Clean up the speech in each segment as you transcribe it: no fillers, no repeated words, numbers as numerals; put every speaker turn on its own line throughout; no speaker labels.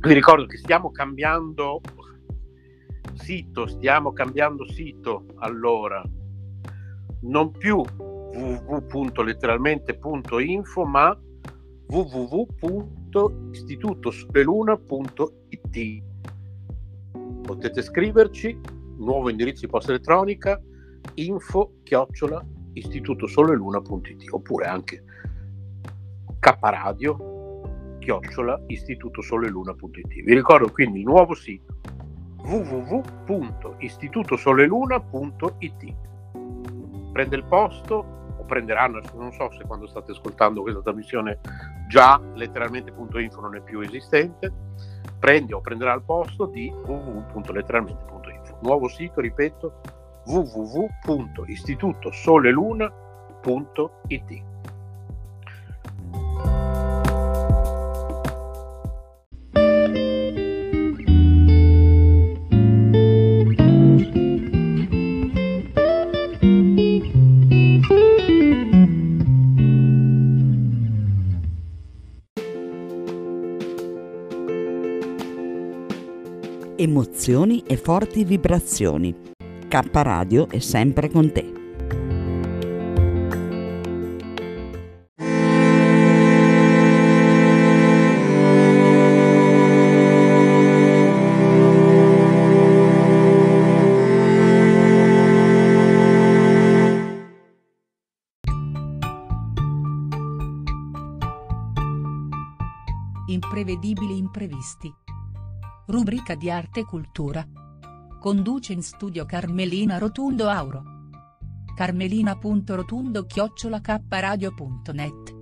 Vi ricordo che stiamo cambiando sito, allora non più www.letteralmente.info, ma www.istitutosoleluna.it. Potete scriverci, nuovo indirizzo di posta elettronica, info@istitutosoleluna.it, oppure anche kradio@istitutosoleluna.it. Vi ricordo quindi il nuovo sito www.istitutosoleluna.it. Prende il posto, o prenderanno, non so se quando state ascoltando questa trasmissione già letteralmente.info non è più esistente, prende o prenderà il posto di www.letteralmente.info. Nuovo sito, ripeto, www.istitutosoleluna.it.
Emozioni e forti vibrazioni. K Radio è sempre con te.
Imprevedibili imprevisti. Rubrica di arte e cultura. Conduce in studio Carmelina Rotundo Auro. carmelina.rotundo@kradio.net.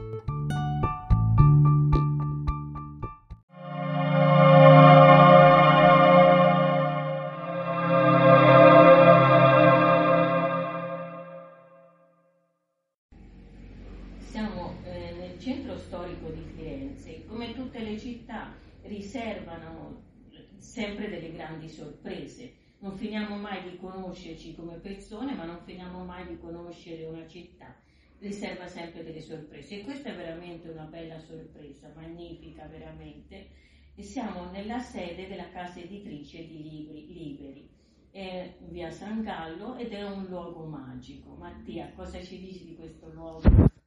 Siamo nel centro storico di Firenze. Come tutte le città riservano sempre delle grandi sorprese. Non finiamo mai di conoscerci come persone, ma non finiamo mai di conoscere una città. Riserva sempre delle sorprese, e questa è veramente una bella sorpresa, magnifica veramente. E siamo nella sede della casa editrice di Liberi, è via San Gallo, ed è un luogo magico. Mattia, cosa ci dici di questo luogo?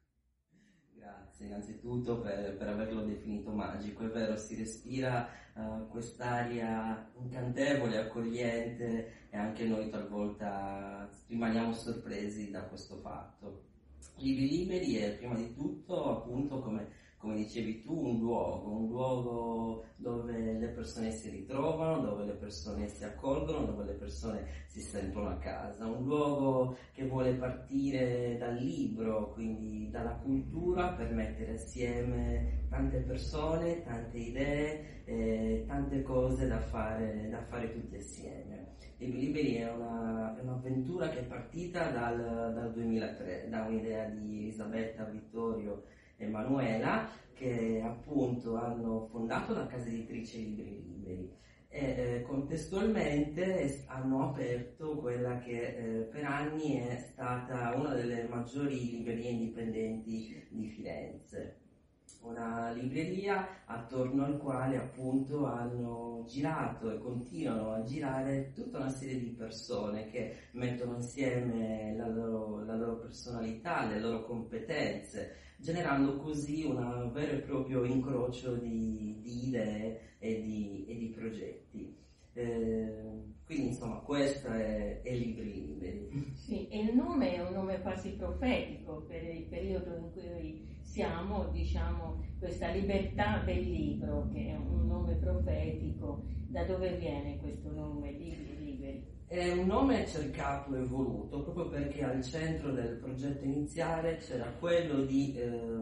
Grazie innanzitutto per averlo definito magico. È vero, si respira quest'aria incantevole, accogliente, e anche noi talvolta rimaniamo sorpresi da questo fatto. Liberi è prima di tutto, appunto, come dicevi tu, un luogo dove le persone si ritrovano, dove le persone si accolgono, dove le persone si sentono a casa, un luogo che vuole partire dal libro, quindi dalla cultura, per mettere assieme tante persone, tante idee, tante cose da fare tutti assieme. Liberi è un'avventura che è partita dal 2003, da un'idea di Elisabetta, Vittorio e Manuela, che appunto hanno fondato la casa editrice Liberi e contestualmente hanno aperto quella che per anni è stata una delle maggiori librerie indipendenti di Firenze. Una libreria attorno al quale appunto hanno girato e continuano a girare tutta una serie di persone che mettono insieme la loro personalità, le loro competenze, generando così un vero e proprio incrocio di idee e di progetti. Quindi insomma questa è Liberi.
Sì, e il nome è un nome quasi profetico per il periodo in cui siamo, diciamo, questa libertà del libro, che è un nome profetico. Da dove viene questo nome, Liberi?
È un nome cercato e voluto, proprio perché al centro del progetto iniziale c'era quello di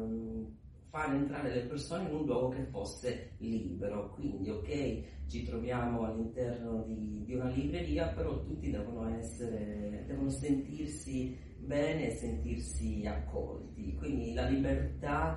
far entrare le persone in un luogo che fosse libero. Quindi ok, ci troviamo all'interno di una libreria, però tutti devono sentirsi bene e sentirsi accolti. Quindi la libertà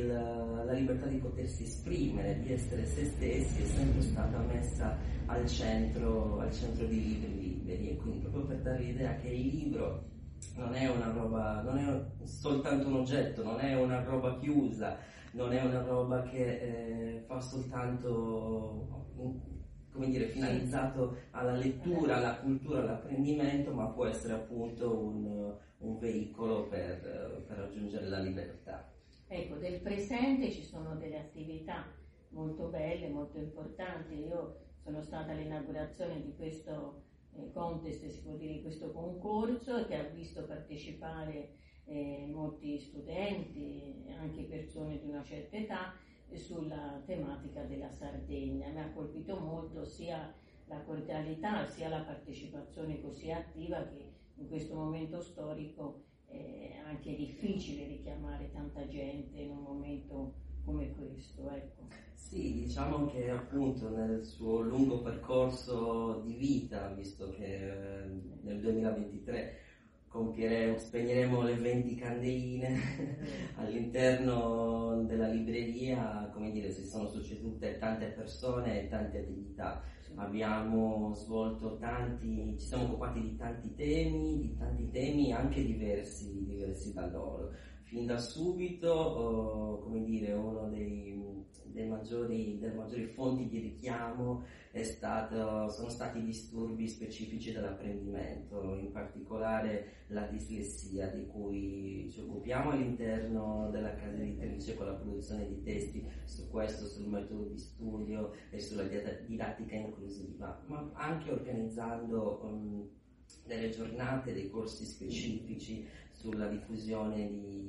di potersi esprimere, di essere se stessi, è sempre stata messa al centro di Liberi. E quindi proprio per dare l'idea che il libro non è una roba, non è soltanto un oggetto, non è una roba chiusa, non è una roba che fa soltanto, come dire, finalizzato alla lettura, alla cultura, all'apprendimento, ma può essere appunto un veicolo per raggiungere la libertà.
Ecco, del presente ci sono delle attività molto belle, molto importanti. Io sono stata all'inaugurazione di questo contest, si può dire, questo concorso, che ha visto partecipare molti studenti, anche persone di una certa età, sulla tematica della Sardegna. Mi ha colpito molto sia la cordialità sia la partecipazione così attiva, che in questo momento storico è anche difficile richiamare tanta gente in un momento come questo, ecco.
Sì, diciamo che appunto nel suo lungo percorso di vita, visto che nel 2023 spegneremo le 20 candeline all'interno della libreria, come dire, si sono succedute tante persone e tante attività. Abbiamo svolto ci siamo occupati di tanti temi anche diversi da loro. Fin da subito, come dire, uno delle maggiori fonti di richiamo sono stati i disturbi specifici dell'apprendimento, in particolare la dislessia, di cui ci occupiamo all'interno della casa editrice con la produzione di testi su questo, sul metodo di studio e sulla didattica inclusiva, ma anche organizzando delle giornate, dei corsi specifici sulla diffusione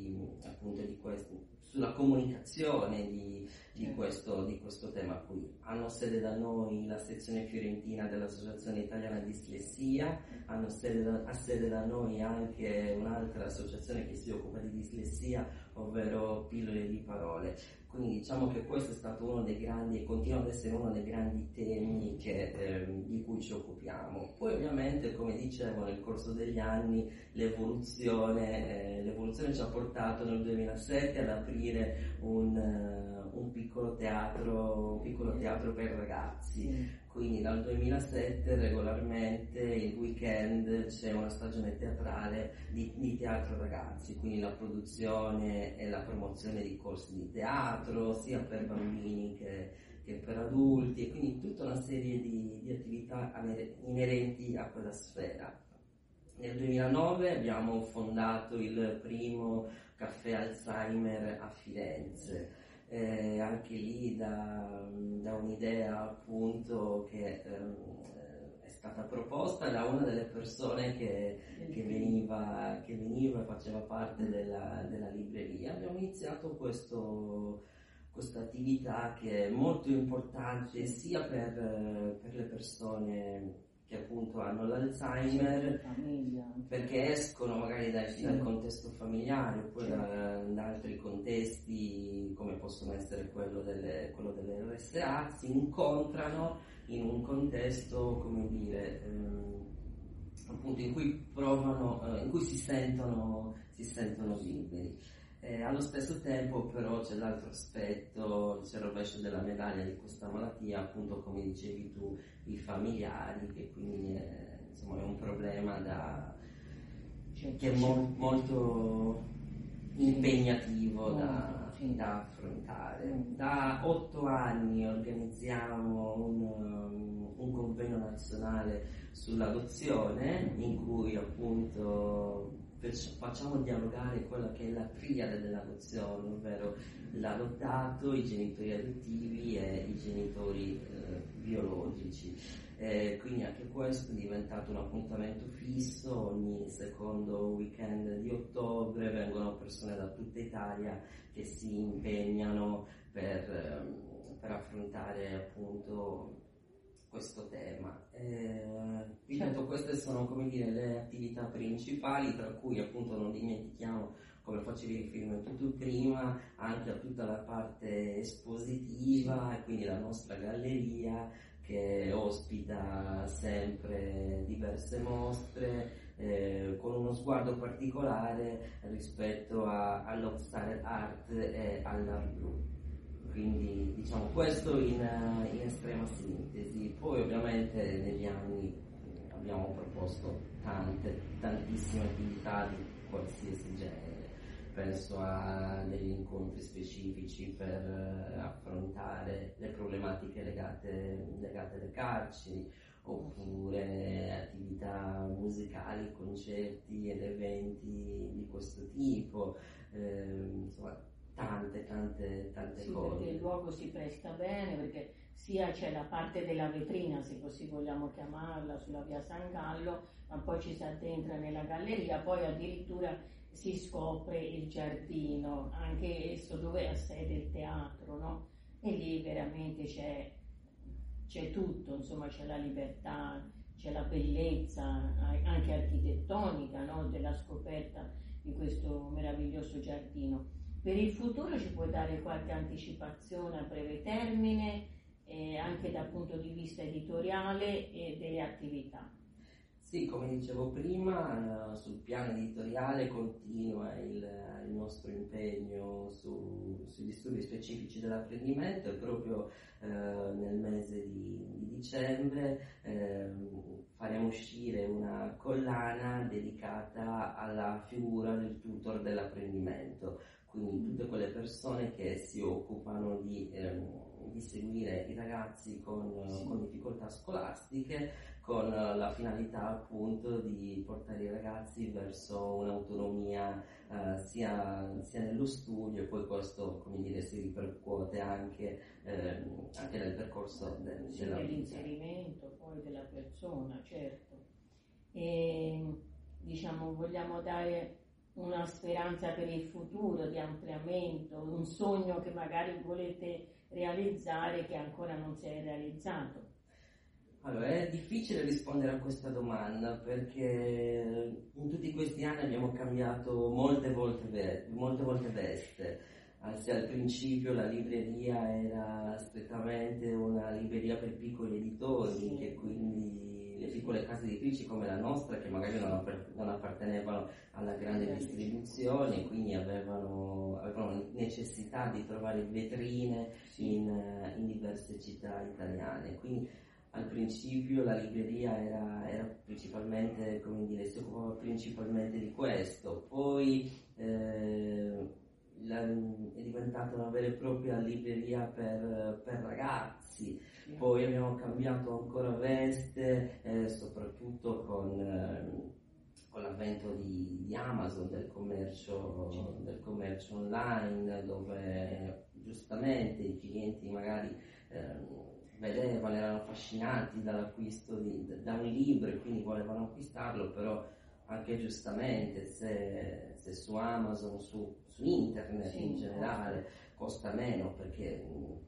sulla comunicazione di questo tema qui. Hanno sede da noi la sezione fiorentina dell'Associazione Italiana Dislessia, ha sede da noi anche un'altra associazione che si occupa di dislessia, ovvero Pillole di Parole. Quindi diciamo che questo è stato uno dei grandi e continua ad essere uno dei grandi temi di cui ci occupiamo. Poi ovviamente, come dicevo, nel corso degli anni l'evoluzione ci ha portato nel 2007 ad aprire un piccolo teatro per ragazzi. Quindi dal 2007 regolarmente il weekend c'è una stagione teatrale di teatro ragazzi, quindi la produzione e la promozione di corsi di teatro sia per bambini che per adulti, e quindi tutta una serie di attività inerenti a quella sfera. Nel 2009 abbiamo fondato il primo caffè Alzheimer a Firenze. Anche lì da un'idea appunto che è stata proposta da una delle persone che veniva e faceva parte della libreria. Abbiamo iniziato questa attività che è molto importante sia per le persone che appunto hanno l'Alzheimer, perché escono magari dal contesto familiare oppure da altri contesti come possono essere quello delle RSA, si incontrano in un contesto, come dire, appunto in cui in cui si sentono liberi. Allo stesso tempo però c'è l'altro aspetto, c'è il rovescio della medaglia di questa malattia, appunto come dicevi tu, i familiari, che quindi è un problema che è molto impegnativo da affrontare. Da 8 anni organizziamo un convegno nazionale sull'adozione, in cui appunto facciamo dialogare quella che è la triade dell'adozione, ovvero l'adottato, i genitori adottivi e i genitori biologici. Quindi anche questo è diventato un appuntamento fisso. Ogni secondo weekend di ottobre vengono persone da tutta Italia che si impegnano per affrontare appunto questo tema. Ripeto, queste sono, come dire, le attività principali, tra cui appunto non dimentichiamo, come facevi riferimento tu prima, anche a tutta la parte espositiva, e quindi la nostra galleria che ospita sempre diverse mostre con uno sguardo particolare rispetto all'Oxford Art e all'Art Blu. Quindi diciamo questo in estrema sintesi. Poi ovviamente negli anni abbiamo proposto tantissime attività di qualsiasi genere. Penso a degli incontri specifici per affrontare le problematiche legate alle carceri, oppure attività musicali, concerti ed eventi di questo tipo, insomma tante
sì,
cose.
Perché il luogo si presta bene, perché sia c'è la parte della vetrina, se così vogliamo chiamarla, sulla via San Gallo, ma poi ci si addentra nella galleria, poi addirittura si scopre il giardino, anche esso dove ha sede il teatro, no? E lì veramente c'è tutto, insomma c'è la libertà, c'è la bellezza anche architettonica, no? Della scoperta di questo meraviglioso giardino. Per il futuro ci puoi dare qualche anticipazione a breve termine, anche dal punto di vista editoriale e delle attività?
Sì, come dicevo prima, sul piano editoriale continua il nostro impegno sugli studi specifici dell'apprendimento, e proprio nel mese di dicembre faremo uscire una collana dedicata alla figura del tutor dell'apprendimento, quindi tutte quelle persone che si occupano di seguire i ragazzi con difficoltà scolastiche, con la finalità appunto di portare i ragazzi verso un'autonomia sia nello studio, e poi questo, come dire, si ripercuote anche nel percorso
dell'inserimento poi della persona, certo. E diciamo, vogliamo dare una speranza per il futuro di ampliamento, un sogno che magari volete realizzare che ancora non si è realizzato?
Allora, è difficile rispondere a questa domanda, perché in tutti questi anni abbiamo cambiato molte volte veste. Anzi, al principio la libreria era strettamente una libreria per piccoli editori, che quindi le piccole case editrici come la nostra, che magari non appartenevano alla grande distribuzione, quindi avevano necessità di trovare vetrine in diverse città italiane. Quindi al principio la libreria era principalmente, come dire, si occupava principalmente di questo, poi è diventata una vera e propria libreria per ragazzi, poi abbiamo cambiato ancora veste, soprattutto con l'avvento di Amazon, del commercio online, dove giustamente i clienti magari vedevano, erano affascinati dall'acquisto da un libro e quindi volevano acquistarlo, però anche giustamente se su Amazon, su internet in generale costa meno, perché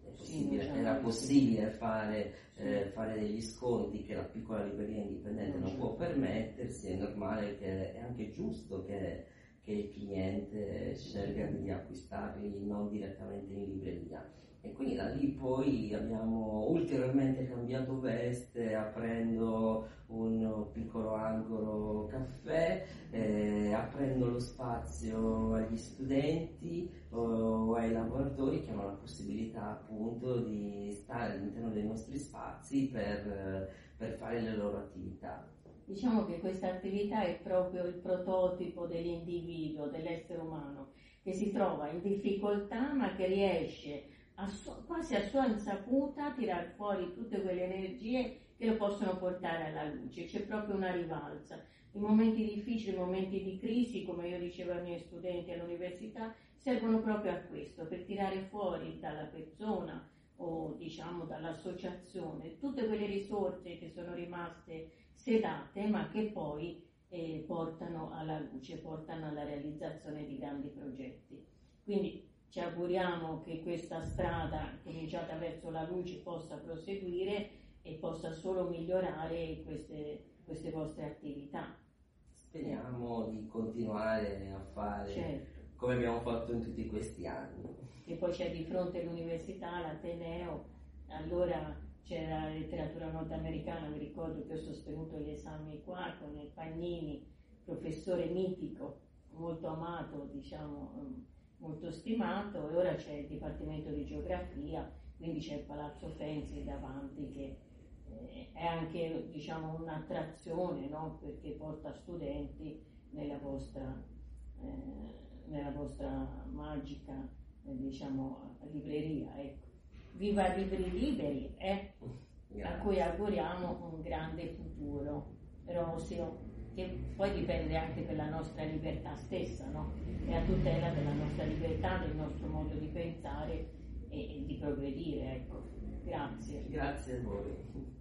era possibile fare degli sconti che la piccola libreria indipendente non può permettersi, è normale, è anche giusto che il cliente scelga di acquistarli non direttamente in libreria. E quindi da lì poi abbiamo ulteriormente cambiato veste, aprendo un piccolo angolo caffè, aprendo lo spazio agli studenti o ai lavoratori che hanno la possibilità appunto di stare all'interno dei nostri spazi per fare le loro attività.
Diciamo che questa attività è proprio il prototipo dell'individuo, dell'essere umano, che si trova in difficoltà ma che riesce quasi a sua insaputa a tirar fuori tutte quelle energie che lo possono portare alla luce. C'è proprio una rivalsa. I momenti difficili, i momenti di crisi, come io dicevo ai miei studenti all'università, servono proprio a questo, per tirare fuori dalla persona o diciamo dall'associazione tutte quelle risorse che sono rimaste sedate ma che poi portano alla luce, portano alla realizzazione di grandi progetti. Quindi ci auguriamo che questa strada cominciata verso la luce possa proseguire e possa solo migliorare queste vostre attività.
Speriamo di continuare a fare come abbiamo fatto in tutti questi anni.
E poi c'è di fronte l'università, l'Ateneo, allora c'era la letteratura nordamericana, mi ricordo che ho sostenuto gli esami qua con il Pagnini, professore mitico, molto amato, diciamo, molto stimato, e ora c'è il Dipartimento di Geografia, quindi c'è il Palazzo Fenzi davanti che è anche, diciamo, un'attrazione, no? Perché porta studenti nella vostra magica, diciamo, libreria, ecco. Viva Libri Liberi, a cui auguriamo un grande futuro, Rosio, che poi dipende anche dalla nostra libertà stessa, no? E a tutela della nostra libertà, del nostro modo di pensare e di progredire, ecco. Grazie.
Grazie a voi.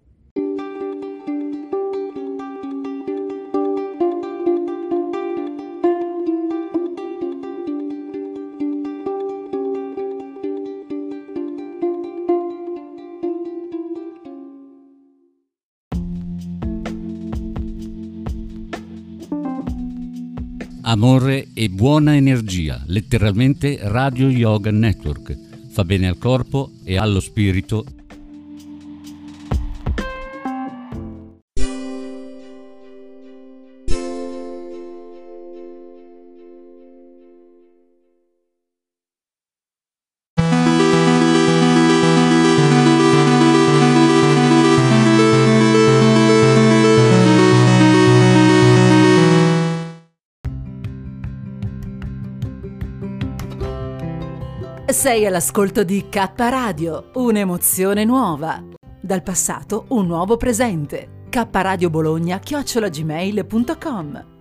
Amore e buona energia, letteralmente Radio Yoga Network. Fa bene al corpo e allo spirito.
Sei all'ascolto di K Radio, un'emozione nuova. Dal passato un nuovo presente. kradiobologna@gmail.com